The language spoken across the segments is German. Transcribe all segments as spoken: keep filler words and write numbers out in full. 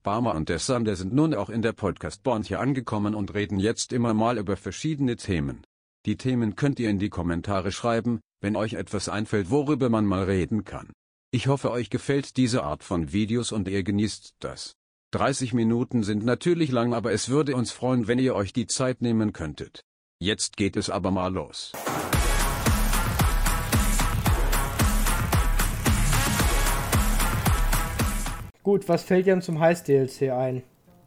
Barmer und der Sander sind nun auch in der Podcast-Branche angekommen und reden jetzt immer mal über verschiedene Themen. Die Themen könnt ihr in die Kommentare schreiben, wenn euch etwas einfällt, worüber man mal reden kann. Ich hoffe, euch gefällt diese Art von Videos und ihr genießt das. dreißig Minuten sind natürlich lang, aber es würde uns freuen, wenn ihr euch die Zeit nehmen könntet. Jetzt geht es aber mal los. Gut, was fällt dir zum Heiß-D L C ein?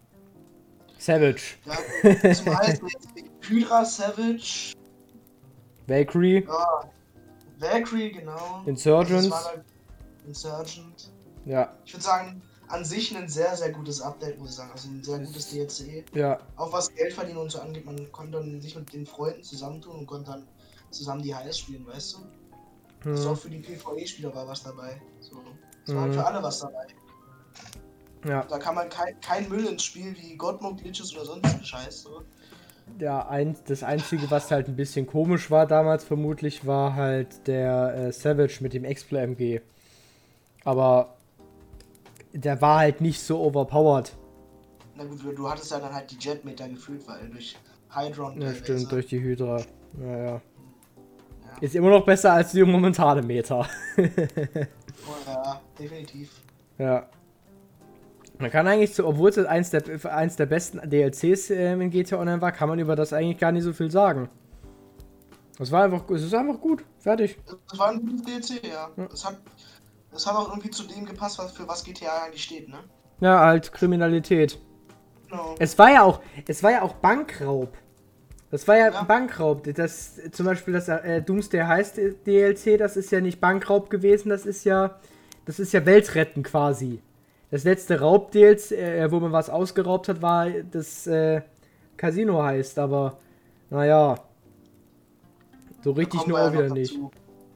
Savage. Ja, zum Heiß-D L C Hydra, Savage. Valkyrie. Ja, Valkyrie, genau. Insurgents. Also dann Insurgent. Ja. Ich würde sagen, an sich ein sehr, sehr gutes Update, muss ich sagen. Also ein sehr gutes D L C. Ja. Auch was Geld verdienen und so angeht, man konnte dann sich mit den Freunden zusammentun und konnte dann zusammen die Heiß spielen, weißt du? Hm. Also auch für die PvE-Spieler war was dabei. So. Es war Mhm. halt für alle was dabei. Ja. Da kann man kein, kein Müll ins Spiel wie Godmode-Glitches oder sonst Scheiß. So. Ja, ein, das Einzige, was halt ein bisschen komisch war damals vermutlich, war halt der äh, Savage mit dem Explo M G. Aber der war halt nicht so overpowered. Na gut, du hattest ja dann halt die Jetmeter gefühlt, weil durch Hydron. Ja, stimmt, Laser. durch die Hydra. Naja. Ja. Ist immer noch besser als die momentane Meta. Oh ja, definitiv. Ja. Man kann eigentlich, so, obwohl es eins der, eins der besten D L Cs äh, in G T A Online war, kann man über das eigentlich gar nicht so viel sagen. Es war einfach, es ist einfach gut. Fertig. Das war ein gutes D L C, ja. Ja. Es hat, es hat auch irgendwie zu dem gepasst, was für was G T A eigentlich steht, ne? Ja, halt Kriminalität. Genau. Es war ja auch, es war ja auch Bankraub. Das war ja, Ja. Bankraub. Das, zum Beispiel das äh, Doomsday Heist D L C, das ist ja nicht Bankraub gewesen, das ist ja, das ist ja Weltretten quasi. Das letzte Raub-D L C, äh, wo man was ausgeraubt hat, war das äh, Casino heißt, aber naja. So Da richtig kommen nur wir auch ja wieder noch nicht. dazu.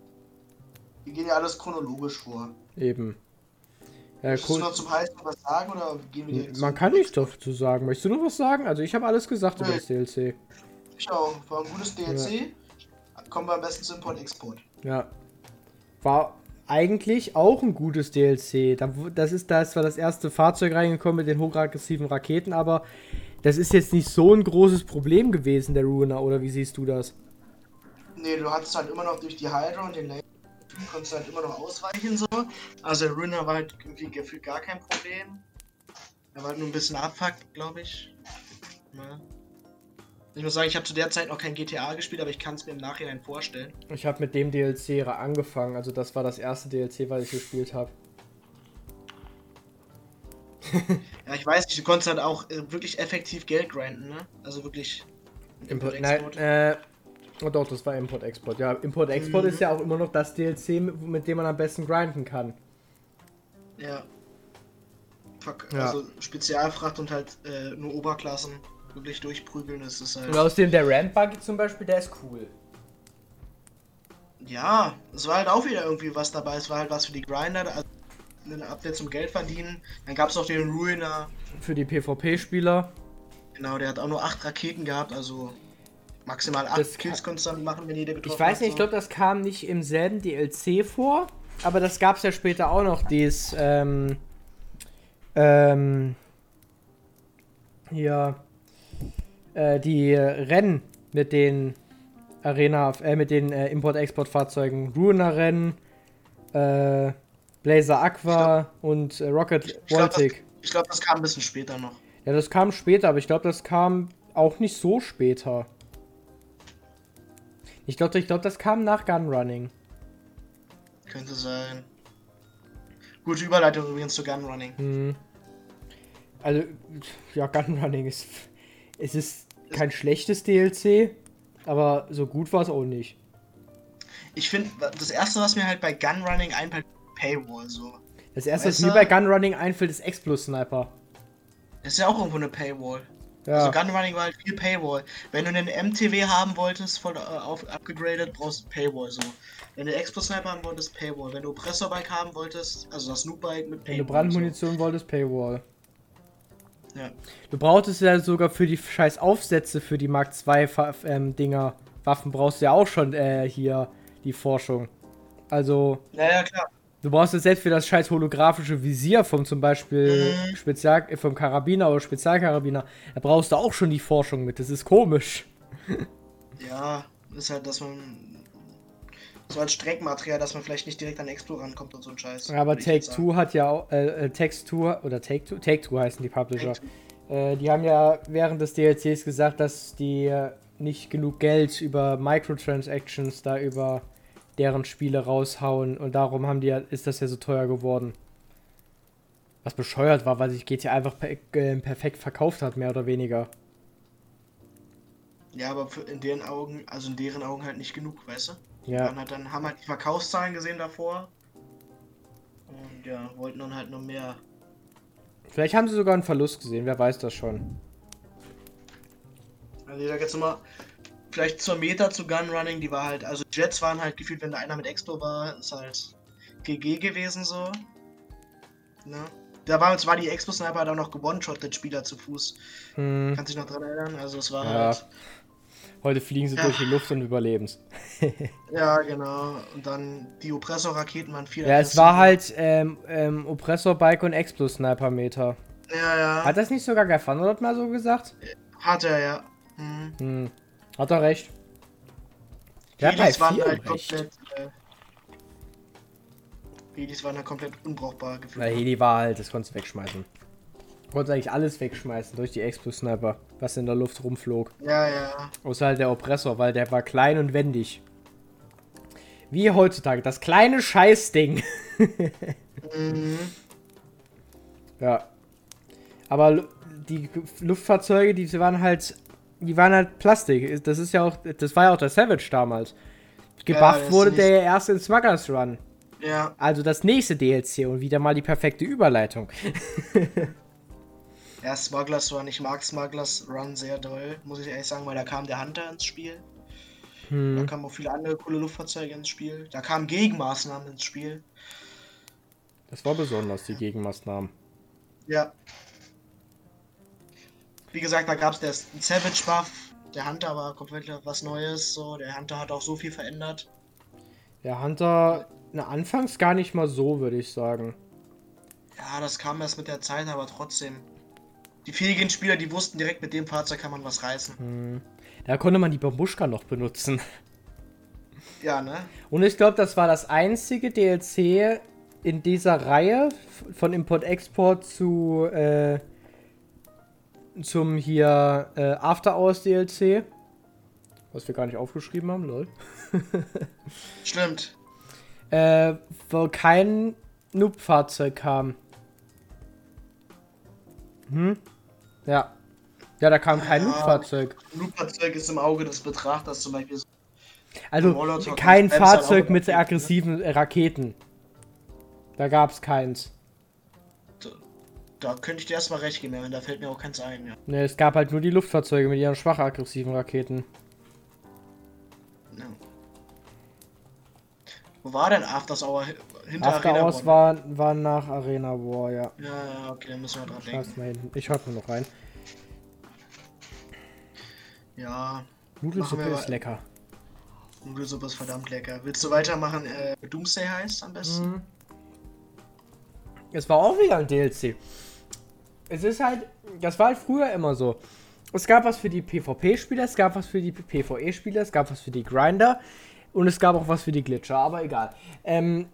Wir gehen ja alles chronologisch vor. Eben. Ja, Möchtest du cool. noch zum Heißen was sagen oder gehen wir direkt Man zum kann nichts Export? dazu sagen. Möchtest du noch was sagen? Also ich habe alles gesagt über Nee. das D L C. Ich auch. War ein gutes D L C. Kommen wir am besten zum Import-Export. Ja. War eigentlich auch ein gutes D L C. Da- Das ist, da ist zwar das erste Fahrzeug reingekommen mit den hochaggressiven Raketen, aber das ist jetzt nicht so ein großes Problem gewesen, der Ruiner, oder wie siehst du das? Nee, du hattest halt immer noch durch die Hydra und den Laser, konntest halt immer noch ausweichen so. Also der Ruiner war halt irgendwie gefühlt gar kein Problem. Er war halt nur ein bisschen abfuckt, glaube ich. Ja. Ich muss sagen, ich habe zu der Zeit noch kein G T A gespielt, aber ich kann es mir im Nachhinein vorstellen. Ich habe mit dem D L C angefangen, also das war das erste D L C, was ich gespielt habe. Ja, ich weiß nicht, du konntest halt auch äh, wirklich effektiv Geld grinden, ne? Also wirklich. Import, nein, äh, oh doch, das war Import-Export. Ja, Import-Export Mhm. ist ja auch immer noch das D L C, mit, mit dem man am besten grinden kann. Ja. Fuck, Ja. also Spezialfracht und halt äh, nur Oberklassen wirklich durchprügeln, das ist halt. Und außerdem der Ramp-Buggy zum Beispiel, der ist cool. Ja, es war halt auch wieder irgendwie was dabei. Es war halt was für die Grinder, also ein Update zum Geld verdienen. Dann gab es noch den Ruiner. Für die PvP-Spieler. Genau, der hat auch nur acht Raketen gehabt, also maximal Das acht Kills konntest du dann machen, wenn jeder getroffen Ich weiß nicht, ich hat. glaube, das kam nicht im selben D L C vor, aber das gab es ja später auch noch, dies, ähm, ähm, hier, äh, die Rennen mit den Arena, äh, mit den äh, Import-Export-Fahrzeugen, Ruiner-Rennen, äh, Blazer Aqua und äh, Rocket Ich glaube, das, Voltic. ich glaub, das kam ein bisschen später noch. Ja, das kam später, aber ich glaube, das kam auch nicht so später. Ich glaube, ich glaub, das kam nach Gunrunning. Könnte sein. Gute Überleitung übrigens zu Gunrunning. Hm. Also, ja, Gunrunning ist. Es ist kein schlechtes D L C, aber so gut war es auch nicht. Ich finde, das erste, was mir halt bei Gunrunning einfällt, Paywall so. Das erste, was Weißt mir du? bei Gunrunning einfällt, ist Explo-Sniper. Das ist ja auch irgendwo eine Paywall. Ja. Also Gunrunning war halt viel Paywall. Wenn du einen M T W haben wolltest, voll äh, auf upgegradet, brauchst du Paywall so. Wenn du Explo-Sniper haben wolltest, Paywall. Wenn du Oppressor-Bike haben wolltest, also das Snoop-Bike mit Paywall. Wenn du Brandmunition wolltest, Paywall. So. Ja. Du brauchtest ja sogar für die scheiß Aufsätze für die Mark zwei Fa- ähm, Dinger, Waffen brauchst du ja auch schon äh, hier die Forschung. Also, Ja, ja, klar. Du brauchst jetzt selbst für das scheiß holographische Visier vom zum Beispiel Mhm. Spezial, äh, vom Karabiner oder Spezialkarabiner, da brauchst du auch schon die Forschung mit. Das ist komisch. Ja, ist halt, dass man so als Streckmaterial, dass man vielleicht nicht direkt an Explo rankommt und so ein Scheiß. Aber würde ich jetzt Take-Two hat ja auch, äh, Take-Two, oder Take-Two, Take-Two heißen die Publisher. sagen. Äh, die haben ja während des D L Cs gesagt, dass die äh, nicht genug Geld über Microtransactions da über deren Spiele raushauen und darum haben die ja, ist das ja so teuer geworden. Was bescheuert war, weil sich G T A einfach per äh, perfekt verkauft hat, mehr oder weniger. Ja, aber für, in deren Augen, also in deren Augen halt nicht genug, weißt du? Die Ja. waren halt dann, haben halt die Verkaufszahlen gesehen davor. Und ja, wollten dann halt noch mehr. Vielleicht haben sie sogar einen Verlust gesehen, wer weiß das schon. Also ich sag jetzt mal, vielleicht zur Meta zu Gunrunning, die war halt, also Jets waren halt gefühlt, wenn da einer mit Explo war, ist halt G G gewesen so. Ne? Da war zwar die Explo-Sniper dann noch gewone-shottet, Spieler zu Fuß. Hm, Kannst dich noch dran erinnern? Also es war Ja. halt. heute fliegen sie Ja. durch die Luft und überleben's. Ja, genau. Und dann die Oppressor-Raketen waren viel Ja, es aggressiver. war halt ähm, ähm, Oppressor, Bike und Explo-Sniper-Meter. Ja, ja. Hat das nicht sogar Gafanot mal so gesagt? Hat er, ja. Hm. Hm, hat er recht. Der hat bei Helis waren vielem halt recht. komplett. Äh, Helis waren halt komplett unbrauchbar gefühlt. Weil Heli war halt, das konntest du wegschmeißen. Du konntest eigentlich alles wegschmeißen durch die Explo-Sniper, was in der Luft rumflog. Ja, ja. Außer halt der Oppressor, weil der war klein und wendig. Wie heutzutage, das kleine Scheißding. Mhm. Ja. Aber lu- die Luftfahrzeuge, die waren halt, die waren halt Plastik. Das ist ja auch, das war ja auch der Savage damals. Gebufft das wurde ist- der ja erst in Smugglers Run. Ja, Also das nächste D L C und wieder mal die perfekte Überleitung. ja, Smugglers Run. Ich mag Smugglers Run sehr doll, muss ich ehrlich sagen, weil da kam der Hunter ins Spiel. Da Hm. kamen auch viele andere coole Luftfahrzeuge ins Spiel. Da kamen Gegenmaßnahmen ins Spiel. Das war besonders, die Gegenmaßnahmen. Ja. Wie gesagt, da gab es der Savage Buff. Der Hunter war komplett was Neues. So, der Hunter hat auch so viel verändert. Der Hunter, na, anfangs gar nicht mal so, würde ich sagen. Ja, das kam erst mit der Zeit, aber trotzdem. Die fähigen Spieler, die wussten direkt, mit dem Fahrzeug kann man was reißen. Hm. Da konnte man die Bambuschka noch benutzen. Ja, ne? Und ich glaube, das war das einzige D L C in dieser Reihe f- von Import-Export zu äh, zum hier äh, After Hours D L C. Was wir gar nicht aufgeschrieben haben, lol. Stimmt. Äh, wo kein Noob-Fahrzeug kam. Hm? Ja. Ja, da kam kein Ja. Noob-Fahrzeug. Flugfahrzeug ist im Auge des Betrachters zum Beispiel. So. Also Molotov kein und Spams halt Fahrzeug auch mit noch, ne? aggressiven äh, Raketen. Da gab's keins. Da könnte ich dir erstmal recht geben, ja, da fällt mir auch keins ein, ja. Ne, es gab halt nur die Luftfahrzeuge mit ihren schwach aggressiven Raketen. ja. Wo war denn Afters Hour? Hi- Hinter After Arena Hours One? war, war nach Arena War, ja. Ja, ja, okay, dann müssen wir dran Schreib's denken. mal hinten. Ich schreib nur noch rein. Ja, Nudelsuppe Machen wir ist mal- lecker. Nudelsuppe ist verdammt lecker. Willst du weitermachen? Äh, Doomsday heißt am besten? Mhm. Es war auch wieder ein D L C. Es ist halt, das war halt früher immer so. Es gab was für die PvP-Spieler, es gab was für die PvE-Spieler, es gab was für die Grinder und es gab auch was für die Glitcher, aber egal. Ähm,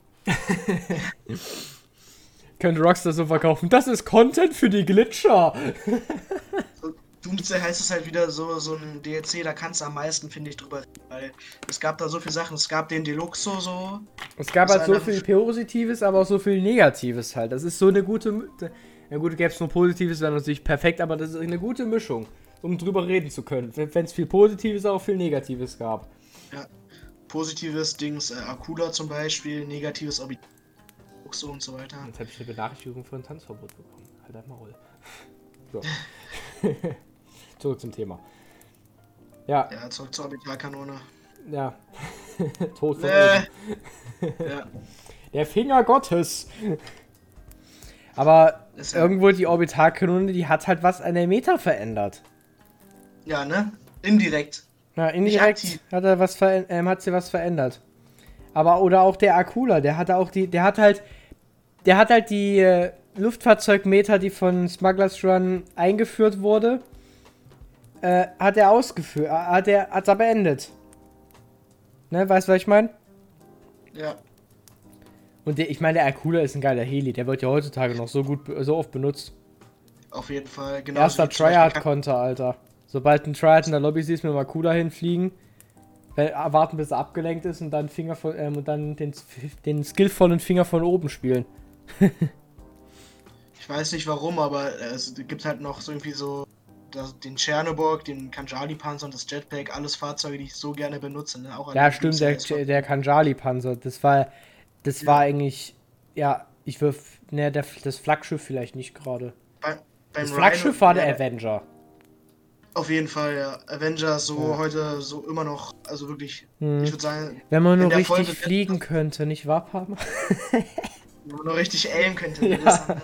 könnte Rockstar so verkaufen. Das ist Content für die Glitcher. Doomsday heißt es halt wieder so, so ein D L C, da kannst du am meisten, finde ich, drüber reden, weil es gab da so viele Sachen. Es gab den Deluxo so. Es gab Das halt so einer- viel Positives, aber auch so viel Negatives halt. Das ist so eine gute. Ja gut, gäbe es nur Positives, wäre natürlich perfekt, aber das ist eine gute Mischung, um drüber reden zu können. Wenn es viel Positives, auch viel Negatives gab. Ja. Positives Dings, äh, Akula zum Beispiel, negatives Obi Deluxo und so weiter. Jetzt habe ich eine Benachrichtigung für ein Tanzverbot bekommen. Halt dein Maul. So. Zurück zum Thema. Ja, Ja, zurück zur Orbitalkanone. ja. Tod von Äh. oben. Ja. Der Finger Gottes. Aber Ist ja- irgendwo die Orbitalkanone, die hat halt was an der Meta verändert. Ja, ne? Indirekt. Na, indirekt aktiv. hat er was verändert, ähm, hat sie was verändert. Aber, oder auch der Akula, der hatte auch die, der hat halt, der hat halt die äh, Luftfahrzeugmeter, die von Smugglers Run eingeführt wurde, äh, hat er ausgeführt, hat er, hat's aber beendet. Ne, weißt du, was ich meine? Ja. Und der, ich meine, der Akula ist ein geiler Heli, der wird ja heutzutage noch so gut, so oft benutzt. Auf jeden Fall. Genau. Erster Triad-Konter, Alter. Sobald ein Triad in der Lobby siehst, mit dem Akula hinfliegen, warten, bis er abgelenkt ist und dann Finger von, ähm, und dann den, den skillvollen Finger von oben spielen. Ich weiß nicht warum, aber es gibt halt noch so irgendwie so das, den Chernobyl, den Kanjali-Panzer und das Jetpack, alles Fahrzeuge, die ich so gerne benutze. Ne? Auch Ja, stimmt, der, der Kanjali-Panzer, das war, das ja. war eigentlich, ja, ich wirf, ne, der, das Flaggschiff vielleicht nicht gerade. Bei, das Flaggschiff Rhino, war der ja, Avenger. Auf jeden Fall, ja. Avengers so ja. heute so immer noch, also wirklich, hm. ich würde sagen... Wenn man nur richtig Folge fliegen könnte, nicht wahr, Papa? Wenn man nur richtig aimen könnte. Ja.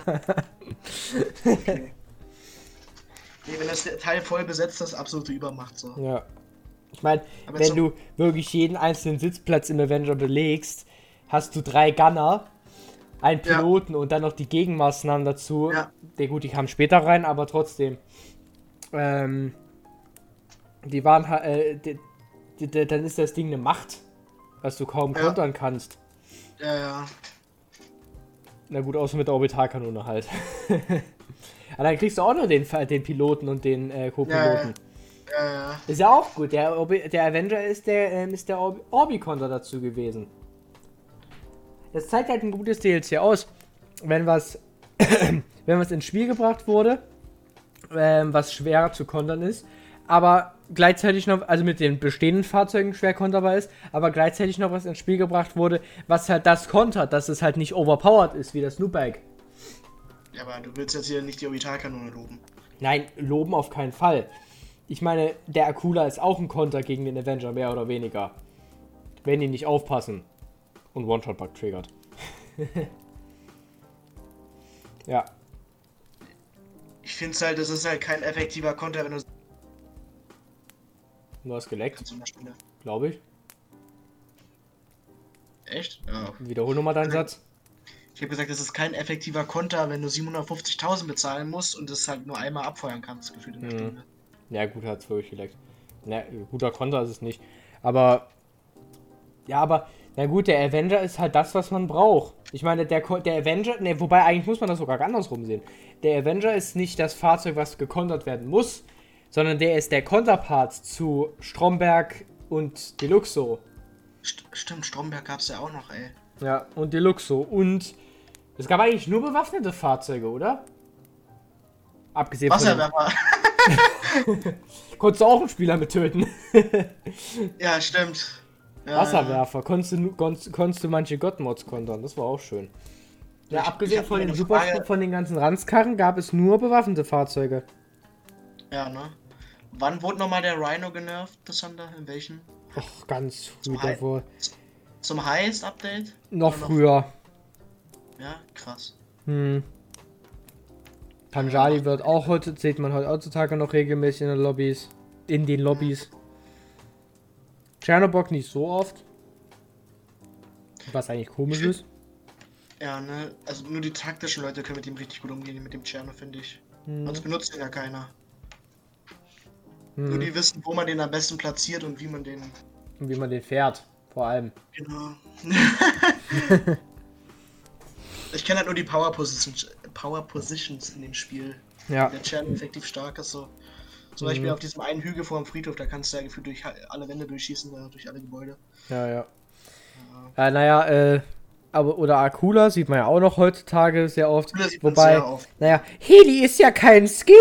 Okay. Nee, wenn das Teil voll besetzt ist, absolute Übermacht so. Ja. Ich meine, wenn so du wirklich jeden einzelnen Sitzplatz im Avenger belegst, hast du drei Gunner, einen Piloten ja. und dann noch die Gegenmaßnahmen dazu. Ja. Der, gut, die kamen später rein, aber trotzdem. Ähm... Die waren äh, die, die, die, dann ist das Ding eine Macht, was du kaum ja. kontern kannst. Ja, ja. Na gut, außer mit der Orbitalkanone halt. Aber dann kriegst du auch noch den, den Piloten und den äh, Co-Piloten. Ja, ja. ja, ja. Ist ja auch gut. Der, Orbi, der Avenger ist der, ähm, ist der Orbi, Orbiconter dazu gewesen. Das zeigt halt ein gutes D L C aus, wenn was, wenn was ins Spiel gebracht wurde, ähm, was schwerer zu kontern ist. Aber gleichzeitig noch, also mit den bestehenden Fahrzeugen schwer konterbar ist, aber gleichzeitig noch was ins Spiel gebracht wurde, was halt das kontert, dass es halt nicht overpowered ist, wie das Snoopbike. Ja, aber du willst jetzt hier nicht die Orbitalkanone loben. Nein, loben auf keinen Fall. Ich meine, der Akula ist auch ein Konter gegen den Avenger, mehr oder weniger. Wenn die nicht aufpassen und One-Shot-Bug triggert. Ja. Ich finde es halt, das ist halt kein effektiver Konter, wenn du... Du hast geleckt, glaube ich. Echt? Ja. Wiederhol nochmal deinen Satz. Ich habe gesagt, das ist kein effektiver Konter, wenn du siebenhundertfünfzigtausend bezahlen musst und das halt nur einmal abfeuern kannst, gefühlt in der hm. Stunde. Ja, gut, hat es wirklich geleckt. Na, guter Konter ist es nicht. Aber, ja, aber, na gut, der Avenger ist halt das, was man braucht. Ich meine, der, der Avenger, ne, wobei eigentlich muss man das sogar andersrum sehen. Der Avenger ist nicht das Fahrzeug, was gekontert werden muss, sondern der ist der Konterpart zu Stromberg und Deluxo. St stimmt, Stromberg gab es ja auch noch, ey. Ja, und Deluxo. Und es gab eigentlich nur bewaffnete Fahrzeuge, oder? Abgesehen Wasserwerfer. von... Konntest du auch einen Spieler mit töten? Ja, stimmt. Ja, Wasserwerfer. Konntest du, konntest, konntest du manche God-Mods kontern. Das war auch schön. Ja, ich, abgesehen ich von den Super Frage... von den ganzen Ranzkarren gab es nur bewaffnete Fahrzeuge. Ja, ne? Wann wurde nochmal der Rhino genervt, besonders? In welchem? Ach, ganz früh Zum davor. Zum Highest-Update? Noch früher. Ja, krass. Hm. Kanjali wird auch heute, sieht man heutzutage noch regelmäßig in den Lobbys. In den Lobbys. Chernobyl nicht so oft. Was eigentlich komisch ist. Ja, ne? Also nur die taktischen Leute können mit dem richtig gut umgehen, mit dem Cherno, finde ich. Hm. Sonst benutzt den ja keiner. Hm. Nur die wissen, wo man den am besten platziert und wie man den... Und wie man den fährt, vor allem. Genau. Ich kenne halt nur die Power Positions, Power Positions in dem Spiel. Ja. Der Cherno effektiv stark ist so. Zum Beispiel auf diesem einen Hügel vor dem Friedhof, da kannst du ja gefühlt durch alle Wände durchschießen, da, durch alle Gebäude. Ja, ja. Ja, naja, äh, aber, oder Akula sieht man ja auch noch heutzutage sehr oft. Sieht Wobei, sehr oft. naja, Heli ist ja kein Skill.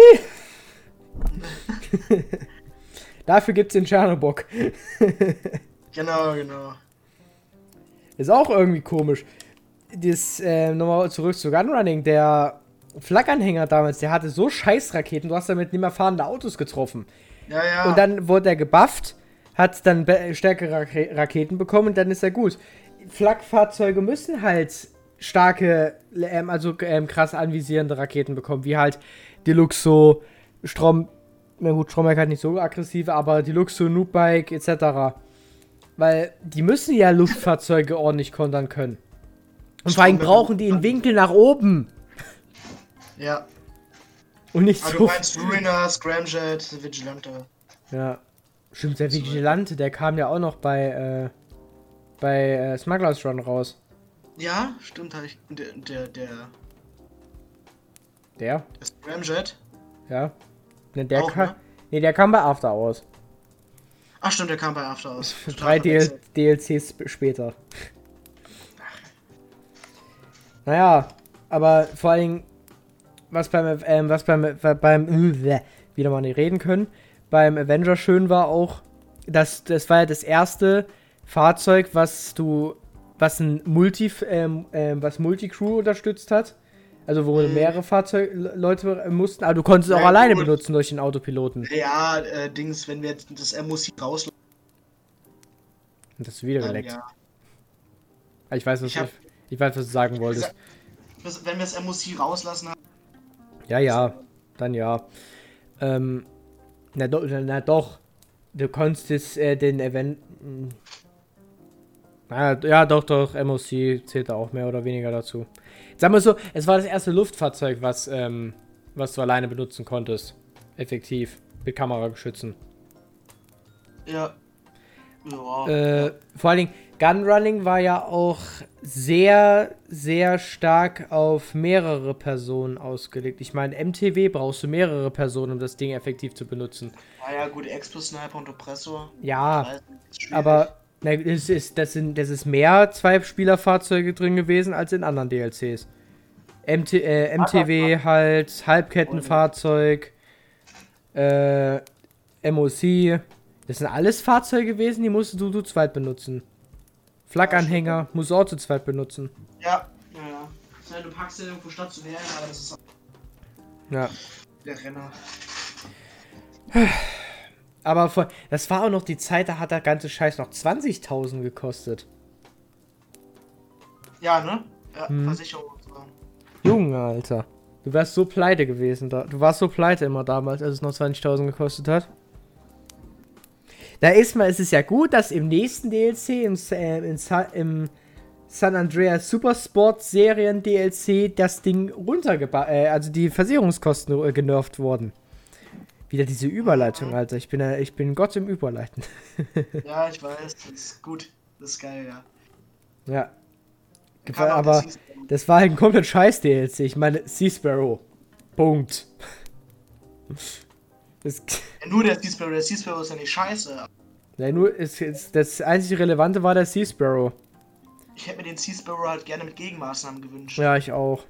Dafür gibt's den Chernobyl. Genau, genau. Ist auch irgendwie komisch. Das, äh, nochmal zurück zu Gunrunning, der Flak-Anhänger damals, der hatte so scheiß Raketen, du hast damit nicht mehr fahrende Autos getroffen. Ja, ja. Und dann wurde er gebufft, hat dann stärkere Rak Raketen bekommen und dann ist er gut. Flak-Fahrzeuge müssen halt starke, ähm, also ähm, krass anvisierende Raketen bekommen, wie halt Deluxo, Strom, na gut, Stromberg halt nicht so aggressiv, aber Deluxo, Noobbike et cetera. Weil die müssen ja Luftfahrzeuge ordentlich kontern können. Und Ich vor allem komme brauchen mit- die einen Winkel nach oben. Ja. Und nicht Aber so. du meinst Ruiner, Scramjet, Vigilante. Ja. Stimmt, der Vigilante, der kam ja auch noch bei, äh, bei äh, Smugglers Run raus. Ja, stimmt, hab ich. Der, der, der, Der? der Scramjet. Ja. Ne, der Auch, kam. ne? Ne, der kam bei After aus. Ach stimmt, der kam bei After aus. Total Drei D L verwechselt. D L Cs sp- später. Naja, aber vor allen Dingen, was beim, ähm, was beim, äh, beim, äh, wieder mal nicht reden können, beim Avenger schön war auch, dass das war ja das erste Fahrzeug, was du, was ein Multi, ähm, ähm, was Multicrew unterstützt hat. Also wo Mhm. mehrere Fahrzeuge mussten, aber du konntest es auch Ja, alleine gut. benutzen durch den Autopiloten. Ja, äh, Dings, wenn wir jetzt das M O C rauslassen, Und das ist wieder dann geleckt. ja. Ich weiß, was Ich hab- ich, ich weiß, was du sagen wolltest. Das- Wenn wir das M O C rauslassen haben. Ja, ja, dann ja. Ähm, na, do, na, na doch. Du konntest äh, den Event. mh. Na, ja, doch, doch. M O C zählt da auch mehr oder weniger dazu. Sag mal so, es war das erste Luftfahrzeug, was, ähm, was du alleine benutzen konntest. Effektiv. Mit Kamerageschützen. Ja. Ja. Äh, vor allen Dingen, Gunrunning war ja auch sehr, sehr stark auf mehrere Personen ausgelegt. Ich meine, M T W brauchst du mehrere Personen, um das Ding effektiv zu benutzen. Ah ja, gut, Expo-Sniper und Oppressor. Ja, Weiß nicht, ist schwierig. aber na, das, ist, das, sind, das ist mehr Zwei-Spieler-Fahrzeuge drin gewesen als in anderen D L Cs. M T, äh, M T W halt, Halbkettenfahrzeug, äh, M O C. Das sind alles Fahrzeuge gewesen, die musst du zu zweit benutzen. Flak-Anhänger musst du auch zu zweit benutzen. Ja, ja, ja. Ja, du packst den irgendwo stationär hin, aber das ist Ja. der Renner. Aber vor, das war auch noch die Zeit, da hat der ganze Scheiß noch zwanzigtausend gekostet. Ja, ne? Ja, Mhm. Versicherung und so. Junge, Alter. Du wärst so pleite gewesen da. Du warst so pleite immer damals, als es noch zwanzigtausend gekostet hat. Da ist mal, es ist ja gut, dass im nächsten D L C, im, äh, im, Sa- im San Andreas Supersport Serien D L C, das Ding runtergebaut, äh, also die Versicherungskosten äh, genervt wurden. Wieder diese Überleitung, Alter. Ich bin, äh, ich bin Gott im Überleiten. Ja, ich weiß, das ist gut. Das ist geil, ja. Ja. Kann auch Aber das hieß- das war halt ein komplett scheiß D L C. Ich meine, Sea Sparrow. Punkt. Das, Ja, nur der Sea Sparrow, der Sea Sparrow ist ja nicht scheiße. ja, nur ist, ist, das einzig Relevante war der Sea Sparrow. Ich hätte mir den Sea Sparrow halt gerne mit Gegenmaßnahmen gewünscht. Ja, ich auch.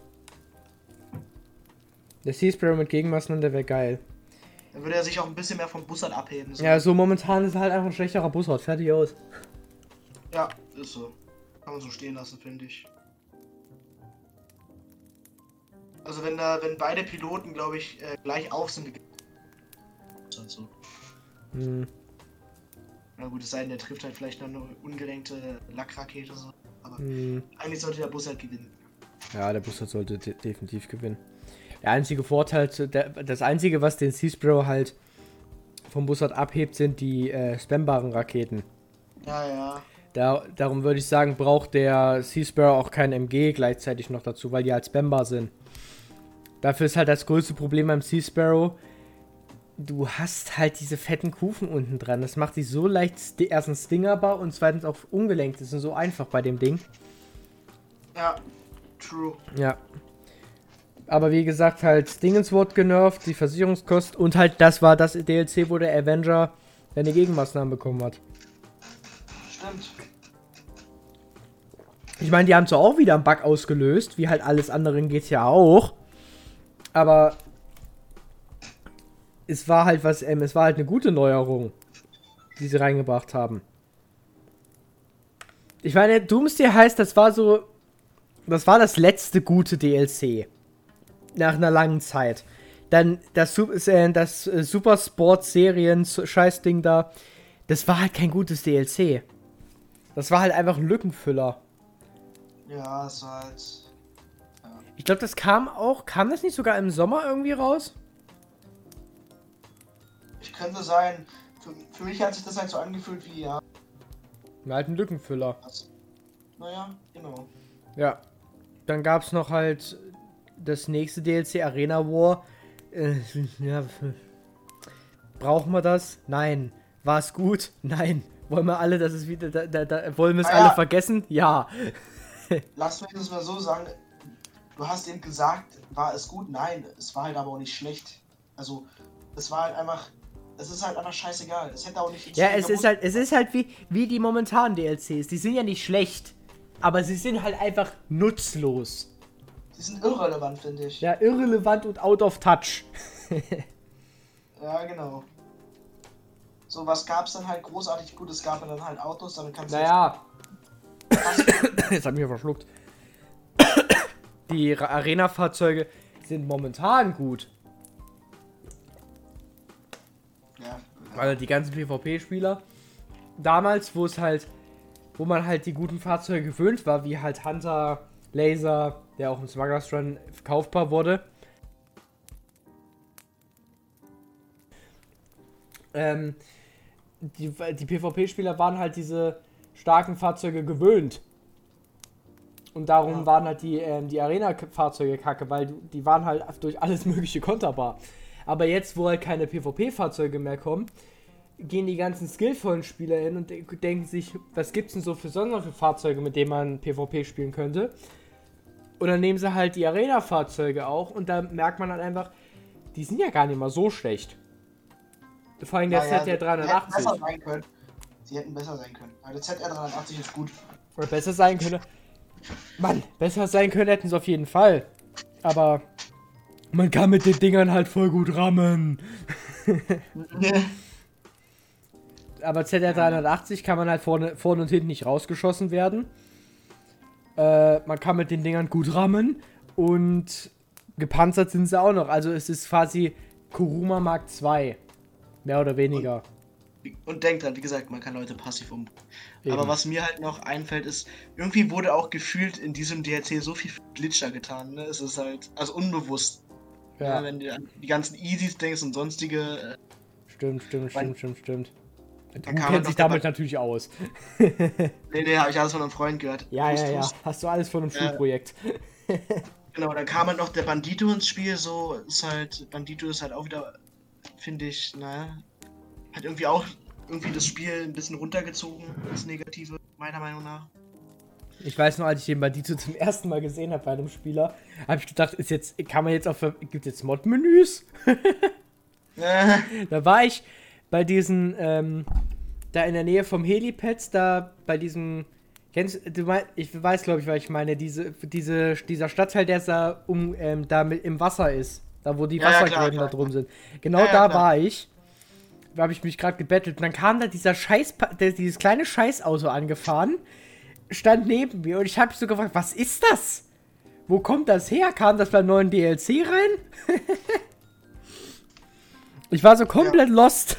Der Sea Sparrow mit Gegenmaßnahmen, der wäre geil. Dann würde er sich auch ein bisschen mehr vom Bussard abheben. So. Ja, so momentan ist er halt einfach ein schlechterer Bussard. Fertig aus. Ja, ist so. Kann man so stehen lassen, finde ich. Also wenn da, wenn beide Piloten, glaube ich, äh, gleich auf sind, ist halt so. Hm. Na gut, es sei denn, der trifft halt vielleicht noch eine ungelenkte Lackrakete so. Aber Hm. eigentlich sollte der Bus halt gewinnen. Ja, der Bussard sollte de definitiv gewinnen. Der einzige Vorteil, zu- der, das einzige, was den Sea Sparrow halt vom Bussard abhebt, sind die äh, spambaren Raketen. Ja, ja. Da, darum würde ich sagen, braucht der Sea Sparrow auch kein M G gleichzeitig noch dazu, weil die halt spambar sind. Dafür ist halt das größte Problem beim Sea Sparrow, du hast halt diese fetten Kufen unten dran. Das macht die so leicht, sti- erstens stingerbar und zweitens auch ungelenkt. Das ist so einfach bei dem Ding. Ja, true. Ja. Aber wie gesagt, halt Dingens wurde genervt, die Versicherungskosten und halt das war das D L C, wo der Avenger seine Gegenmaßnahmen bekommen hat. Stimmt. Ich meine, die haben zwar auch wieder einen Bug ausgelöst, wie halt alles andere in G T A auch. Aber es war halt was, ähm, es war halt eine gute Neuerung, die sie reingebracht haben. Ich meine, Doomsday heißt, das war so, das war das letzte gute D L C. Nach einer langen Zeit. Dann das, Su- äh, das äh, Super Sport Serien Scheißding da, das war halt kein gutes D L C. Das war halt einfach ein Lückenfüller. Ja, es war halt. Ich glaube, das kam auch, kam das nicht sogar im Sommer irgendwie raus? Ich könnte sein. Für, für mich hat sich das halt so angefühlt wie, ja. Einen alten Lückenfüller. Also, naja, genau. Ja. Dann gab es noch halt das nächste D L C, Arena War. Äh, ja, brauchen wir das? Nein. War es gut? Nein. Wollen wir alle, dass es wieder, da, da, da, wollen wir es Naja. alle vergessen? Ja. Lass mich das mal so sagen. Du hast eben gesagt, war es gut? Nein, es war halt aber auch nicht schlecht. Also, es war halt einfach, es ist halt einfach scheißegal. Es hätte auch nicht... Ja, es ist halt, es ist halt wie, wie die momentanen D L Cs. Die sind ja nicht schlecht, aber sie sind halt einfach nutzlos. Die sind irrelevant, finde ich. Ja, irrelevant und out of touch. Ja, genau. So, was gab's dann halt großartig gut? Es gab dann halt Autos, damit kannst du... Naja. Jetzt hab ich mich verschluckt. Die Arena-Fahrzeuge sind momentan gut. Ja, Also die ganzen PvP-Spieler. Damals, wo es halt, wo man halt die guten Fahrzeuge gewöhnt war, wie halt Hunter, Laser, der auch im Smugglers Run kaufbar wurde. Ähm, die, die PvP-Spieler waren halt diese starken Fahrzeuge gewöhnt. Und darum Ja. waren halt die, ähm, die Arena-Fahrzeuge kacke, weil die, die waren halt durch alles mögliche konterbar. Aber jetzt, wo halt keine PvP-Fahrzeuge mehr kommen, gehen die ganzen skillvollen Spieler hin und de denken sich, was gibt's denn so für sonst für Fahrzeuge, mit denen man PvP spielen könnte? Und dann nehmen sie halt die Arena-Fahrzeuge auch und da merkt man halt einfach, die sind ja gar nicht mal so schlecht. Vor allem der naja, Z R die dreihundertachtzig. hätten besser sein können. Sie hätten besser sein können. Aber der Z R dreihundertachtzig ist gut. Oder besser sein könnte. Mann, besser sein können hätten sie auf jeden Fall. Aber man kann mit den Dingern halt voll gut rammen. Aber Z R dreihundertachtzig kann man halt vorne, vorne und hinten nicht rausgeschossen werden. Äh, man kann mit den Dingern gut rammen. Und gepanzert sind sie auch noch. Also es ist quasi Kuruma Mark zwei. Mehr oder weniger. Und denkt dran, wie gesagt, man kann Leute passiv um. Eben. Aber was mir halt noch einfällt, ist, irgendwie wurde auch gefühlt in diesem D L C so viel Glitcher getan, ne? Es ist halt, also unbewusst. Ja, Ja, wenn du an die ganzen Easys denkst und sonstige. Äh, stimmt, stimmt, stimmt, Weil- stimmt, stimmt. Du Dann kam kennst halt sich noch damit der natürlich aus. nee, nee, habe ich alles von einem Freund gehört. Ja, Tust, ja, ja. tust. Hast du alles von einem Äh, Schulprojekt. Genau, dann kam halt noch der Bandito ins Spiel, so ist halt, Bandito ist halt auch wieder, finde ich, naja, hat irgendwie auch irgendwie das Spiel ein bisschen runtergezogen, das Negative, meiner Meinung nach. Ich weiß noch, als ich den Bandito zum ersten Mal gesehen habe bei einem Spieler, habe ich gedacht, ist jetzt, kann man jetzt auf, gibt jetzt Mod-Menüs? Äh, Da war ich bei diesen, ähm, da in der Nähe vom Helipad, da bei diesem, kennst du, mein, ich weiß glaube ich, weil ich meine, diese, diese, dieser Stadtteil, der da, um, ähm, da mit im Wasser ist, da wo die Ja, ja, klar, Wassergräben klar. da drum sind. Genau Ja, ja, da klar. war ich. Da habe ich mich gerade gebettelt und dann kam da dieser Scheiß, der, dieses kleine Scheißauto angefahren, stand neben mir und ich habe mich so gefragt, was ist das? Wo kommt das her? Kam das beim neuen D L C rein? Ich war so komplett lost.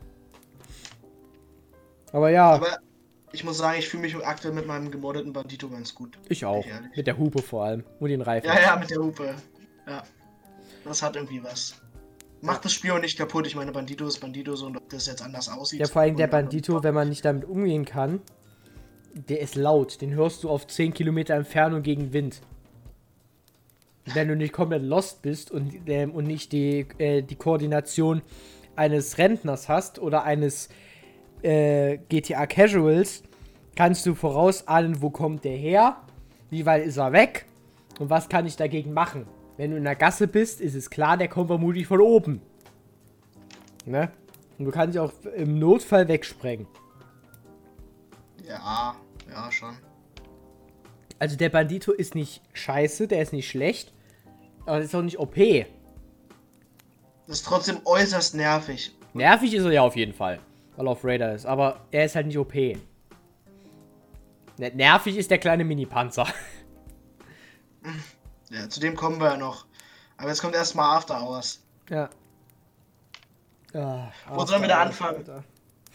Aber ja, aber ich muss sagen, ich fühle mich aktuell mit meinem gemoddeten Bandito ganz gut. ich auch. ehrlich. Mit der Hupe vor allem. Und den Reifen. Ja, ja, mit der Hupe. Ja. Das hat irgendwie was. Macht das Spiel auch nicht kaputt. Ich meine, Bandito ist Bandito so und ob das jetzt anders aussieht. Ja, vor allem der und- Bandito, wenn man nicht damit umgehen kann, der ist laut. Den hörst du auf zehn Kilometer Entfernung gegen Wind. Wenn du nicht komplett lost bist und, ähm, und nicht die, äh, die Koordination eines Rentners hast oder eines äh, G T A Casuals, kannst du vorausahnen, wo kommt der her, wie weit ist er weg und was kann ich dagegen machen. Wenn du in der Gasse bist, ist es klar, der kommt vermutlich von oben. Ne? Und du kannst auch im Notfall wegsprengen. Ja, ja, schon. Also der Bandito ist nicht scheiße, der ist nicht schlecht, aber ist auch nicht O P. Das ist trotzdem äußerst nervig. Nervig ist er ja auf jeden Fall, weil er auf Raider ist, aber er ist halt nicht O P. Ne- Nervig ist der kleine Mini-Panzer. Ja, zu dem kommen wir ja noch. Aber jetzt kommt erstmal After Hours. Ja. Ah, Wo sollen wir da anfangen? Alter.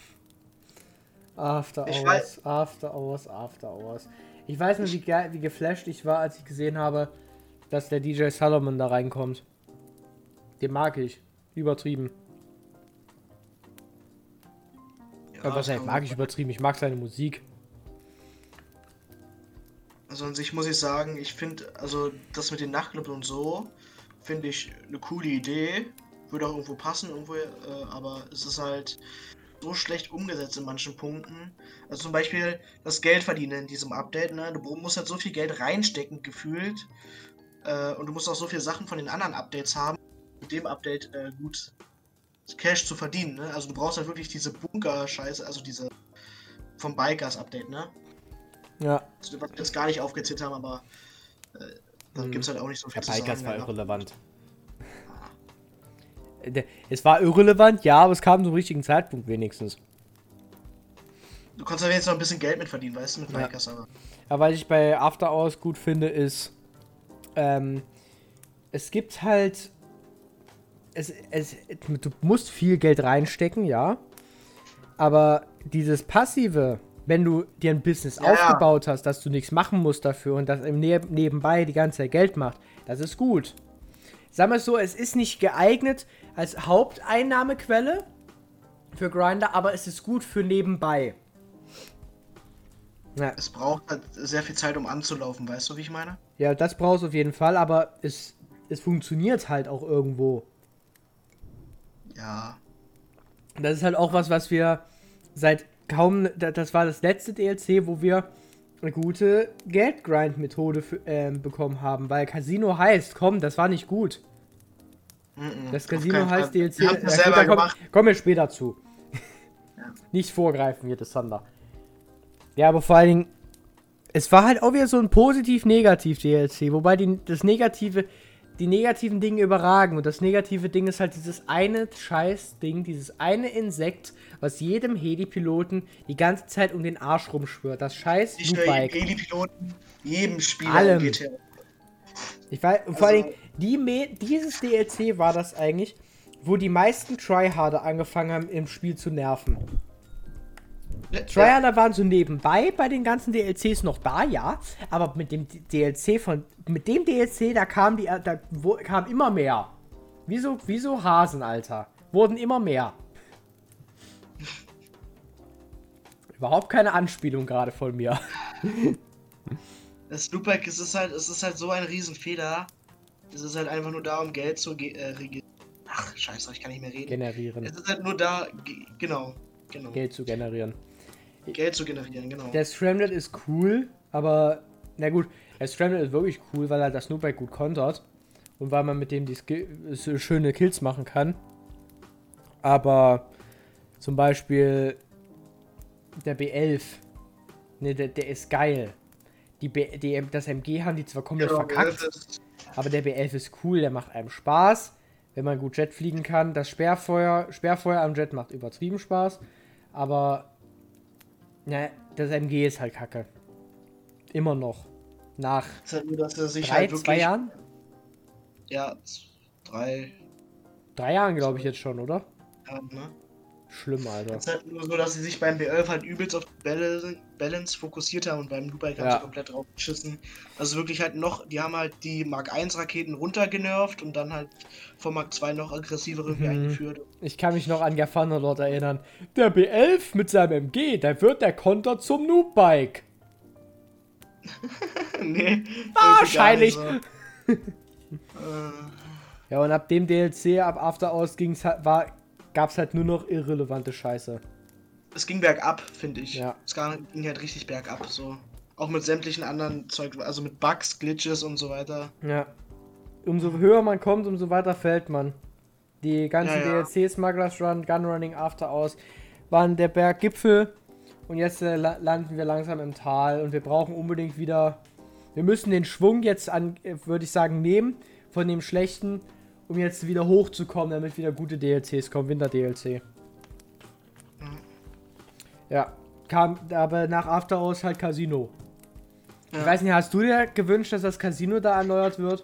After Ich Hours, weiß- After Hours, After Hours. Ich weiß nur, wie, ge wie geflasht ich war, als ich gesehen habe, dass der D J Solomon da reinkommt. Den mag ich. Übertrieben. Ja, Ja, was das heißt, kann mag man- ich übertrieben? Ich mag seine Musik. Also an sich muss ich sagen, ich finde, also das mit den Nachtclubs und so, finde ich eine coole Idee. Würde auch irgendwo passen, irgendwo, äh, aber es ist halt so schlecht umgesetzt in manchen Punkten. Also zum Beispiel das Geld verdienen in diesem Update, ne? Du musst halt so viel Geld reinstecken, gefühlt. Äh, und du musst auch so viele Sachen von den anderen Updates haben, mit dem Update äh, gut Cash zu verdienen, ne? Also du brauchst halt wirklich diese Bunker-Scheiße, also diese vom Bikers-Update, ne? Ja. Also, was wir jetzt gar nicht aufgezählt haben, aber äh, da Hm. gibt's halt auch nicht so viel Der zu sagen. Bikers war ja. irrelevant. Der- Es war irrelevant, ja, aber es kam zum richtigen Zeitpunkt wenigstens. Du kannst aber jetzt noch ein bisschen Geld mit verdienen, weißt du, mit Ja. Bikers, aber. Aber was ich bei After Hours gut finde, ist, ähm, es gibt halt, es, es, du musst viel Geld reinstecken, ja, aber dieses Passive, wenn du dir ein Business Ja, ja. aufgebaut hast, dass du nichts machen musst dafür und das im Neb nebenbei die ganze Zeit Geld macht, das ist gut. Sagen wir es so, es ist nicht geeignet als Haupteinnahmequelle für Grindr, aber es ist gut für nebenbei. Ja. Es braucht halt sehr viel Zeit, um anzulaufen, weißt du, wie ich meine? Ja, das brauchst du auf jeden Fall, aber es, es funktioniert halt auch irgendwo. Ja. Das ist halt auch was, was wir seit kaum, da- das war das letzte D L C, wo wir eine gute Geldgrind-Methode für- ähm, bekommen haben, weil Casino heißt, komm, das war nicht gut. Mm-mm, Das auf Casino keinen heißt Fall. D L C, Wir haben es ja, selber gut, da komm- gemacht. kommen wir später zu. Ja. Nicht vorgreifen, hier das Thunder. Ja, aber vor allen Dingen, es war halt auch wieder so ein positiv-negativ-D L C, wobei die, das Negative, die negativen Dinge überragen. Und das negative Ding ist halt dieses eine Scheiß-Ding, dieses eine Insekt, was jedem Heli-Piloten die ganze Zeit um den Arsch rumschwört. Das scheiß Nicht nur jedem Loopbike. Heli-Piloten, jedem Spieler Allem. in G T A. Ich weiß, und vor allen Also- Dingen, die Me dieses D L C war das eigentlich, wo die meisten Tryharder angefangen haben, im Spiel zu nerven. Ja, Tryharder waren so nebenbei bei den ganzen D L Cs noch da, ja, aber mit dem D L C von, mit dem D L C, da kam die, da wo, kam immer mehr. Wieso, wieso Hasen, Alter? Wurden immer mehr. Überhaupt keine Anspielung gerade von mir. Das Loopback, es ist halt, es ist halt so ein Riesenfehler. Es ist halt einfach nur da, um Geld zu ge- äh, regi- Ach, scheiße, ich kann nicht mehr reden. Generieren. Es ist halt nur da, ge- genau, genau. Geld zu generieren. Geld zu generieren, genau. Der Scrambled ist cool, aber, na gut, der Scrambled ist wirklich cool, weil er das Snoopbike gut kontert und weil man mit dem die Skill so schöne Kills machen kann. Aber zum Beispiel der B elf, ne, der, der ist geil. Die, B, die das M G haben die zwar komplett Genau, verkackt, ist- aber der B elf ist cool, der macht einem Spaß, wenn man gut Jet fliegen kann. Das Sperrfeuer, Sperrfeuer am Jet macht übertrieben Spaß, aber ja, das M G ist halt kacke. Immer noch. Nach ist halt nur, dass er sich drei, halt wirklich. zwei Jahren? Ja, z- drei Drei Jahren, glaube ich jetzt schon, oder? Jahren, ne? Schlimm, Alter. Es ist halt nur so, dass sie sich beim B elf halt übelst auf die Balance, Balance fokussiert haben und beim Loopbike haben Ja. sie komplett drauf geschissen. Also wirklich halt noch, die haben halt die Mark eins Raketen runtergenervt und dann halt vom Mark zwei noch aggressiver irgendwie Mhm. eingeführt. Ich kann mich noch an Gaffano dort erinnern. Der B elf mit seinem M G, da wird der Konter zum Noobbike. Nee. Wahrscheinlich. irgendwie gar nicht so. äh, Ja, und ab dem D L C, ab After Hours ging's halt, war, gab's halt nur noch irrelevante Scheiße. es ging bergab, finde ich. Ja. Es gar- ging halt richtig bergab, so. Auch mit sämtlichen anderen Zeug, also mit Bugs, Glitches und so weiter. Ja. Umso höher man kommt, umso weiter fällt man. Die ganzen Ja, ja. D L Cs, Smugglers Run, Gunrunning, After Hours, waren der Berggipfel. Und jetzt äh, la landen wir langsam im Tal und wir brauchen unbedingt wieder. Wir müssen den Schwung jetzt an, äh, würde ich sagen, nehmen von dem schlechten, um jetzt wieder hochzukommen, damit wieder gute D L Cs kommen, Winter-D L C. Mhm. Ja, kam aber nach After Hours halt Casino. Ja. Ich weiß nicht, hast du dir gewünscht, dass das Casino da erneuert wird?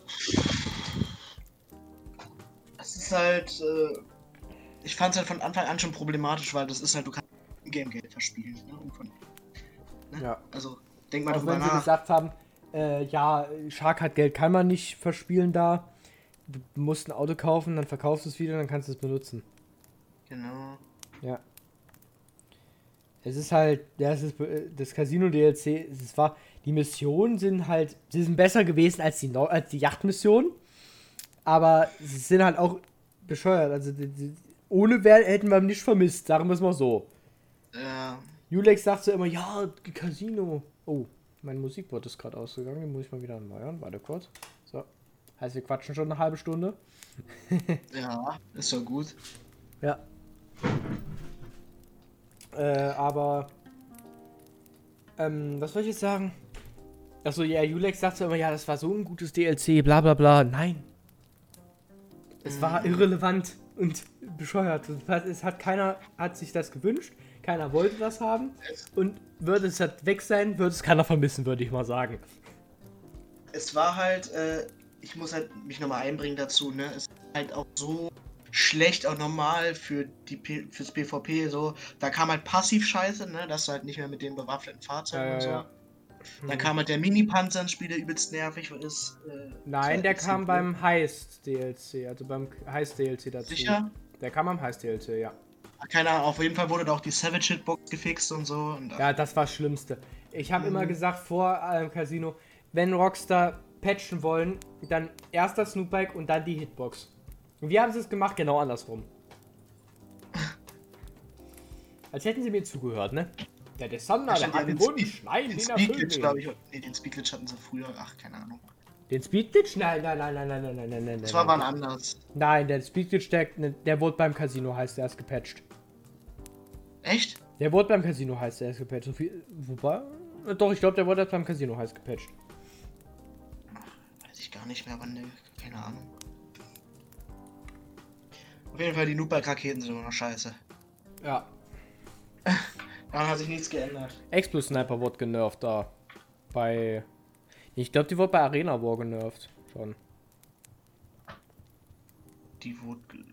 Es ist halt, äh, ich fand es halt von Anfang an schon problematisch, weil das ist halt, du kannst Game-Geld verspielen. Ne? Und von, ne? Ja. Also, denk mal Auch drüber wenn sie nach. gesagt haben, äh, ja, Shark hat Geld, kann man nicht verspielen da. Du musst ein Auto kaufen, dann verkaufst du es wieder, dann kannst du es benutzen. Genau. Ja. Es ist halt, ja, es ist, äh, das Casino-D L C, es war, die Missionen sind halt, sie sind besser gewesen als die, Neu- als die Yachtmissionen, aber sie sind halt auch bescheuert, also die, die, ohne Wert hätten wir ihn nicht vermisst, sagen wir es mal so. Ja. Julex sagt so immer, ja, Casino. Oh, mein Musikbot ist gerade ausgegangen, den muss ich mal wieder erneuern, warte kurz. So, heißt wir quatschen schon eine halbe Stunde. Ja, ist doch gut. Ja. Äh, aber, ähm, was soll ich jetzt sagen? Achso, ja, Julex sagt so immer, ja, das war so ein gutes D L C, bla bla bla. Nein. Es war irrelevant und bescheuert. Es hat keiner, hat sich das gewünscht, keiner wollte das haben. Und würde es halt weg sein, würde es keiner vermissen, würde ich mal sagen. Es war halt, äh, ich muss halt mich nochmal einbringen dazu, ne? Es ist halt auch so schlecht auch normal für die P fürs PvP so. Da kam halt Passiv-Scheiße, ne? Dass du halt nicht mehr mit den bewaffneten Fahrzeugen Ja, ja, und so. ja. Dann kam halt der Mini-Panzer ins Spiel, der übelst nervig ist. Äh, Nein, ist der halt kam simpel. beim Heist-D L C, also beim Heist-D L C dazu. Sicher? Der kam am Heist-D L C, ja. Keine Ahnung, auf jeden Fall wurde da auch die Savage Hitbox gefixt und so. Und Ja, das war das Schlimmste. Ich habe Mhm. immer gesagt vor einem Casino, wenn Rockstar patchen wollen, dann erst das Snoopbike und dann die Hitbox. Und wir haben es gemacht, genau andersrum. Als hätten sie mir zugehört, ne? Der Desandner, der hat einen Wunsch. Nein, den den Speedglitch, erfüllen glaube wir. ich. Nee, den Speedglitch hatten sie früher. Ach, keine Ahnung. Den Speedglitch? Nein, nein, nein, nein, nein, nein, nein, nein, nein. Das war nein. wann anders. Nein, der Speedglitch, der, der wurde beim Casino, heißt der erst gepatcht. Echt? Der wurde beim Casino, heißt der erst gepatcht. So viel, wobei? Doch, ich glaube, der wurde erst beim Casino, heißt gepatcht. Weiß ich gar nicht mehr, wann der. Keine Ahnung. Auf jeden Fall, die Noob-Raketen sind immer noch scheiße. Ja. Daran hat sich nichts geändert. Explo-Sniper wurde genervt da. Bei. Ich glaube, die wurde bei Arena War genervt. Schon. Die wurde. ge-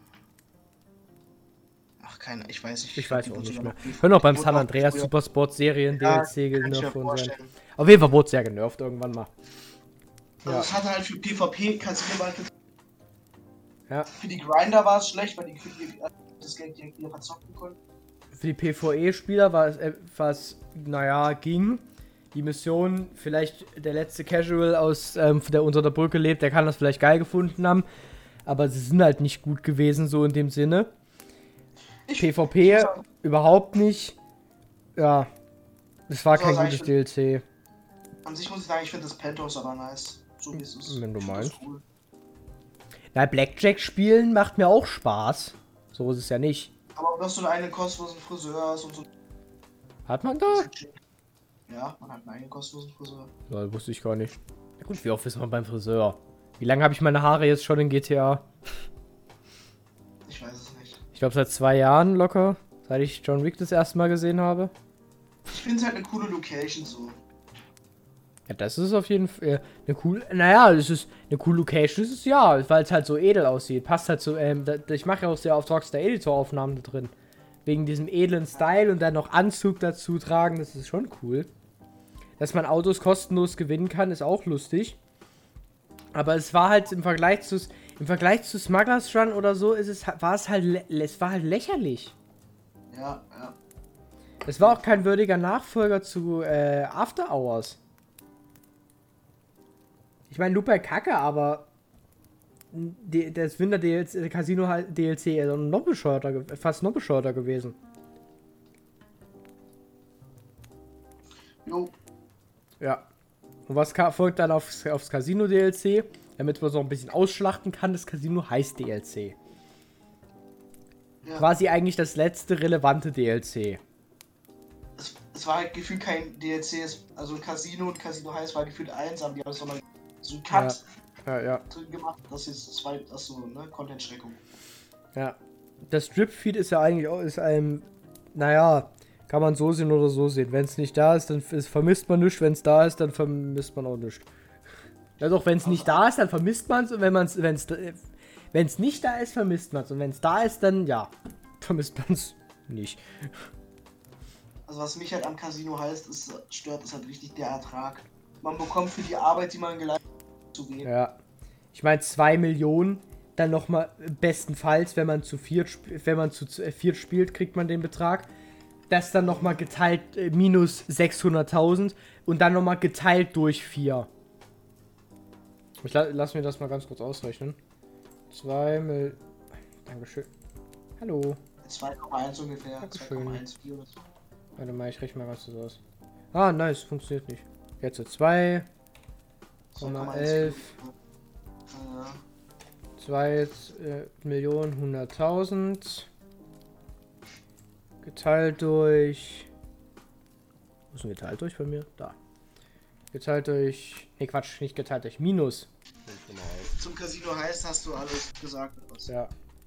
Ach, keine, ich weiß nicht. Ich glaub, weiß die auch wurde nicht sogar mehr. noch- Können auch beim die San wurde Andreas früher- Supersport Serien Ja, D L C kann ich mir genervt worden sein. vorstellen. Auf jeden Fall wurde es ja genervt irgendwann mal. Also Ja. es hatte halt für PvP Casino war halt Ja. für die Grinder war es schlecht, weil die für die, äh, das Geld direkt wieder verzocken konnten. Für die PvE-Spieler war es etwas, naja, ging. Die Mission, vielleicht der letzte Casual aus, ähm, der unter der Brücke lebt, der kann das vielleicht geil gefunden haben. Aber sie sind halt nicht gut gewesen, so in dem Sinne. Ich, PvP muss sagen, überhaupt nicht. Ja, es war Also, kein sag gutes ich- D L C. an sich muss ich sagen, ich finde das Penthouse aber nice. So wie es ist. Wenn du Ich find das meinst. Cool. Na, Blackjack spielen macht mir auch Spaß. So ist es ja nicht. Aber dass du einen kostenlosen Friseur hast und so. Hat man da? Ja, man hat einen eigenen kostenlosen Friseur. Ja, wusste ich gar nicht. Na gut, wie oft ist man beim Friseur? Wie lange habe ich meine Haare jetzt schon in G T A? Ich weiß es nicht. Ich glaube seit zwei Jahren locker. Seit ich John Wick das erste Mal gesehen habe. Ich finde es halt eine coole Location so. Ja, das ist auf jeden Fall äh, eine coole. Naja, das ist eine coole Location, das ist ja, weil es halt so edel aussieht. Passt halt so, ähm, da, ich mache ja auch sehr oft Rockstar Editor Aufnahmen da drin. Wegen diesem edlen Style und dann noch Anzug dazu tragen, das ist schon cool. Dass man Autos kostenlos gewinnen kann, ist auch lustig. Aber es war halt im Vergleich zu im Vergleich zu Smugglers Run oder so, ist es war es halt lä- es war halt lächerlich. Ja, ja. Es war auch kein würdiger Nachfolger zu äh, After Hours. Ich meine, Lupe Kacke, aber die, das Winter D L C, der Casino D L C ist noch bescheuerter, ge- fast noch bescheuerter gewesen. Jo. Ja. Und was ka- folgt dann aufs, aufs Casino D L C? Damit man so ein bisschen ausschlachten kann, das Casino heißt D L C. Ja. Quasi eigentlich das letzte relevante D L C. Es, es war halt gefühlt kein D L C, es, also Casino und Casino heißt war gefühlt eins, aber die haben es nochmal so einen Cut Ja, ja. drin gemacht. Das ist das war das so, ne? Content-Streckung. Ja. Das Strip-Feed ist ja eigentlich auch, ist einem, naja, kann man so sehen oder so sehen. Wenn es nicht da ist, dann ist, vermisst man nichts. Wenn es da ist, dann vermisst man auch nichts. Ja doch, wenn es nicht da ist, dann vermisst man es. Und wenn man es, wenn es, wenn es nicht da ist, vermisst man es. Und wenn es da ist, dann, ja, vermisst man es nicht. Also was mich halt am Casino heißt, ist, stört, ist halt richtig der Ertrag. Man bekommt für die Arbeit, die man geleistet hat, zu wenig. Ja. Ich meine, zwei Millionen, dann nochmal bestenfalls, wenn man zu viert, sp- wenn man zu z- viert spielt, kriegt man den Betrag. das dann nochmal geteilt, äh, minus sechshunderttausend und dann nochmal geteilt durch vier. Ich la lass mir das mal ganz kurz ausrechnen. zwei Mil... Dankeschön. Hallo. zwei Komma eins ungefähr. Dankeschön. zwei Komma eins vier oder so. Warte mal, ich rechne mal was das aus. Ah, nice, funktioniert nicht. Jetzt zwei Komma elf. Ja. zwei Millionen hunderttausend geteilt durch. Wo ist denn geteilt durch bei mir? Da. Geteilt durch. Ne, Quatsch, nicht geteilt durch Minus. Zum Casino heißt, hast du alles gesagt. Was? Ja.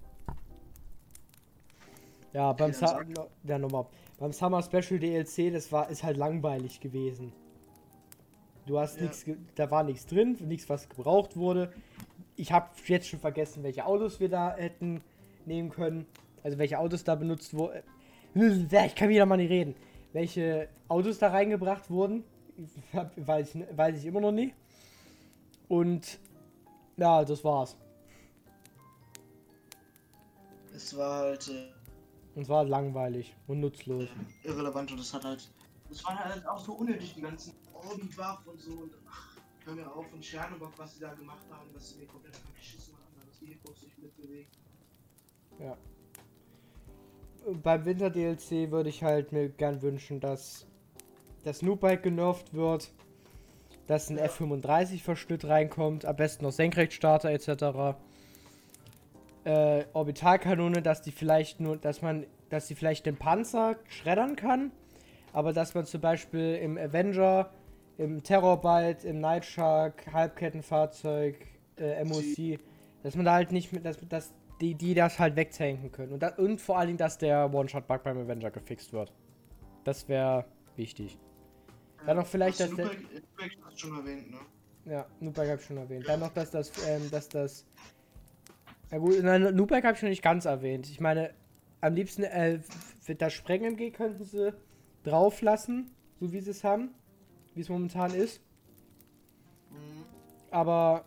Ja, beim, Okay, Sa dann no, ja, nochmal. Beim Summer Special D L C, das war ist halt langweilig gewesen. Du hast Ja. nichts, da war nichts drin, nichts was gebraucht wurde. Ich habe jetzt schon vergessen, welche Autos wir da hätten nehmen können. Also welche Autos da benutzt wurden. Ich kann wieder mal nicht reden. Welche Autos da reingebracht wurden, weiß ich, weiß ich immer noch nie. Und ja, das war's. Es war halt äh, Und es war langweilig und nutzlos. irrelevant und es hat halt. Es war halt auch so unnötig, die ganzen Orbi-Waffen und so. Und ach, hör mir auf von Tschernobyl, was sie da gemacht haben, dass sie mir komplett angeschissen haben, dass die Ecos sich mitbewegt. Ja. Beim Winter-D L C würde ich halt mir gern wünschen, dass das Snoopbike genervt wird, dass ein Ja. F fünfunddreißig-Verschnitt reinkommt, am besten noch Senkrechtstarter et cetera. Äh, Orbitalkanone, dass die vielleicht nur, dass man, dass sie vielleicht den Panzer schreddern kann, aber dass man zum Beispiel im Avenger, im Terrorbite, im Nightshark, Halbkettenfahrzeug, äh, M O C, dass man da halt nicht mit, dass, dass die, die das halt wegtanken können. Und, da, und vor allen Dingen, dass der One-Shot-Bug beim Avenger gefixt wird. Das wäre wichtig. Dann noch vielleicht, dass der- Snoopbike hast du schon erwähnt, ne? Ja, Nubike habe ich schon erwähnt. Dann noch, dass das, ähm, dass das. Na gut, nein, Nubike habe ich noch nicht ganz erwähnt. Ich meine, am liebsten, äh, für das Sprengen M G könnten sie drauf lassen, so wie sie es haben, wie es momentan ist. Mhm. Aber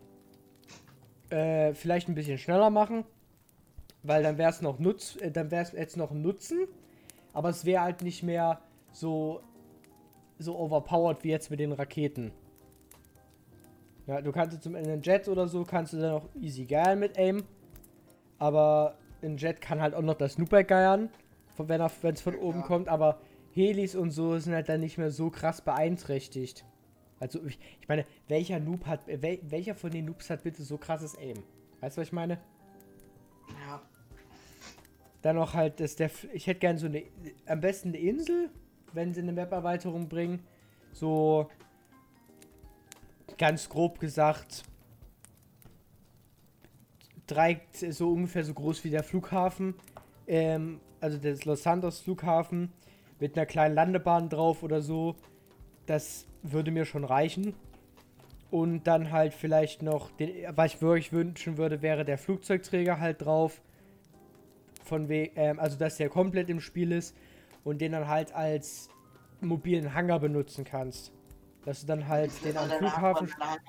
äh, vielleicht ein bisschen schneller machen, weil dann wäre es noch Nutz, äh, dann wäre es jetzt noch ein Nutzen, aber es wäre halt nicht mehr so so overpowered wie jetzt mit den Raketen. Ja, du kannst zum in den Jet oder so kannst du dann auch easy geiern mit Aim, aber ein Jet kann halt auch noch das Snoopbike geiern, von- wenn es von Ja, oben klar. kommt, aber Helis und so sind halt dann nicht mehr so krass beeinträchtigt. Also ich, ich meine, welcher Noob hat, wel, welcher von den Noobs hat bitte so krasses Aim? Weißt du, was ich meine? Ja. Dann noch halt, dass der, ich hätte gern so eine, am besten eine Insel, wenn sie eine Map-Erweiterung bringen. So, ganz grob gesagt, drei, so ungefähr so groß wie der Flughafen. Ähm, also der Los Santos Flughafen mit einer kleinen Landebahn drauf oder so. Das würde mir schon reichen. Und dann halt vielleicht noch, den, was ich wirklich wünschen würde, wäre der Flugzeugträger halt drauf. Von we ähm, also dass der komplett im Spiel ist und den dann halt als mobilen Hangar benutzen kannst. Dass du dann halt den am Flughafen,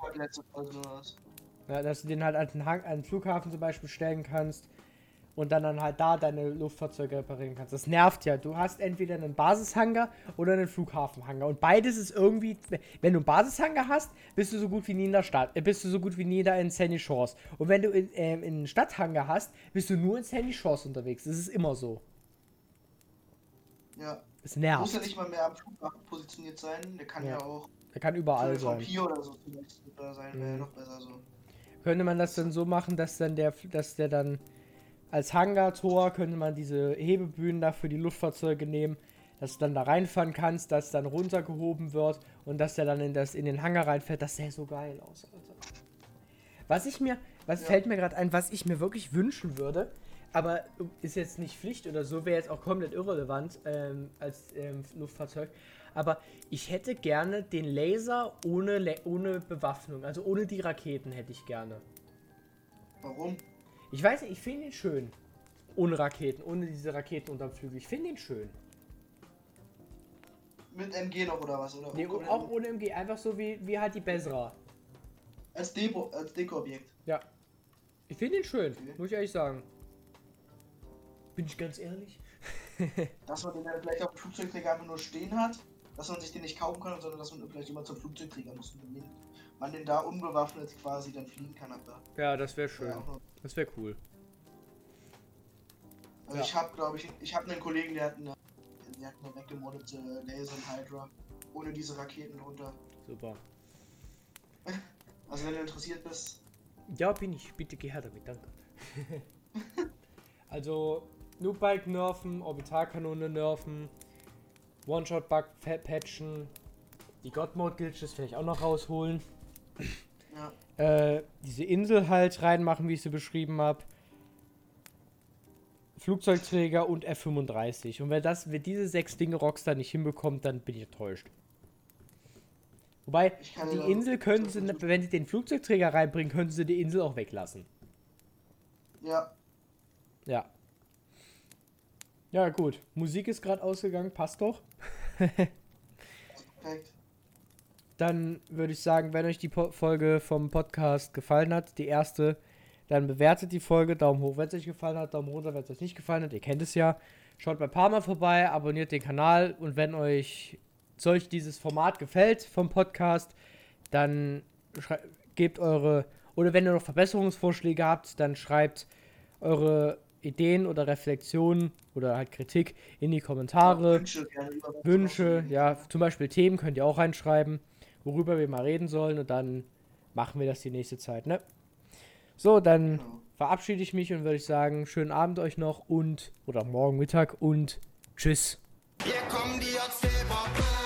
ja, dass du den halt an den, Hang an den Flughafen zum Beispiel stellen kannst und dann, dann halt da deine Luftfahrzeuge reparieren kannst. Das nervt ja. Du hast entweder einen Basishangar oder einen Flughafenhangar. Und beides ist irgendwie, wenn du einen Basishangar hast, bist du so gut wie nie in der Stadt. Äh, bist du so gut wie nie da in Sandy Shores. Und wenn du in, ähm, in einen Stadthangar hast, bist du nur in Sandy Shores unterwegs. Das ist immer so. Ja. Es Muss nervt. ja nicht mal mehr am Flughafen positioniert sein. Der kann ja, Ja. auch Er kann überall von sein. hier oder so vielleicht da sein. Wäre ja Mhm. noch besser so. Könnte man das dann so machen, dass dann der, dass der dann als Hangar-Tor könnte man diese Hebebühnen da für die Luftfahrzeuge nehmen, dass du dann da reinfahren kannst, dass dann runtergehoben wird und dass der dann in, das, in den Hangar reinfährt. Das sähe so geil aus, Alter. Was ich mir, was Ja. fällt mir gerade ein, was ich mir wirklich wünschen würde, aber ist jetzt nicht Pflicht oder so, wäre jetzt auch komplett irrelevant ähm, als ähm, Luftfahrzeug, aber ich hätte gerne den Laser ohne, Le ohne Bewaffnung, also ohne die Raketen hätte ich gerne. Warum? Ich weiß nicht, ich finde ihn schön. Ohne Raketen, ohne diese Raketen unterm Flügel. Ich finde ihn schön. Mit M G noch oder was? Oder Nee, komplett auch ohne M G, einfach so wie, wie halt die Besra. als Deko, als Deko-Objekt. Ja. Ich finde ihn schön, Okay. muss ich ehrlich sagen. Bin ich ganz ehrlich? dass man den dann vielleicht auf dem Flugzeugträger einfach nur stehen hat, dass man sich den nicht kaufen kann, sondern dass man vielleicht immer zum Flugzeugträger muss und den, man den da unbewaffnet quasi dann fliegen kann ab da. Ja, das wäre schön. Ja, auch noch- Das wäre cool. Also Ja. ich habe, glaube ich, ich habe einen Kollegen, der hat eine, der hat eine weggemoddete Laser und Hydra ohne diese Raketen drunter. Super. Also wenn du interessiert bist, Ja, bin ich. Bitte geh her damit, danke. Also, Noobbike nerven, Orbitalkanone nerven, One-Shot-Bug patchen, die God-Mode-Glitches vielleicht auch noch rausholen. ja, Äh, diese Insel halt reinmachen, wie ich sie beschrieben habe. Flugzeugträger und F fünfunddreißig. Und wenn das, wenn diese sechs Dinge Rockstar nicht hinbekommt, dann bin ich enttäuscht. Wobei, Ich kann die ja- Insel können sie, wenn sie den Flugzeugträger reinbringen, können sie die Insel auch weglassen. ja, Ja. Ja, gut. Musik ist gerade ausgegangen, passt doch. perfekt. Dann würde ich sagen, wenn euch die po Folge vom Podcast gefallen hat, die erste, dann bewertet die Folge, Daumen hoch, wenn es euch gefallen hat, Daumen runter, wenn es euch nicht gefallen hat, ihr kennt es ja. Schaut bei Parma vorbei, abonniert den Kanal und wenn euch solch dieses Format gefällt vom Podcast, dann gebt eure, oder wenn ihr noch Verbesserungsvorschläge habt, dann schreibt eure Ideen oder Reflexionen oder halt Kritik in die Kommentare. Wünsche, gerne über- Wünsche, ja, zum Beispiel Themen könnt ihr auch reinschreiben, worüber wir mal reden sollen und dann machen wir das die nächste Zeit, ne? So, dann Genau. verabschiede ich mich und würde ich sagen, schönen Abend euch noch und, oder morgen Mittag und tschüss. Hier kommen die Erzählbabel.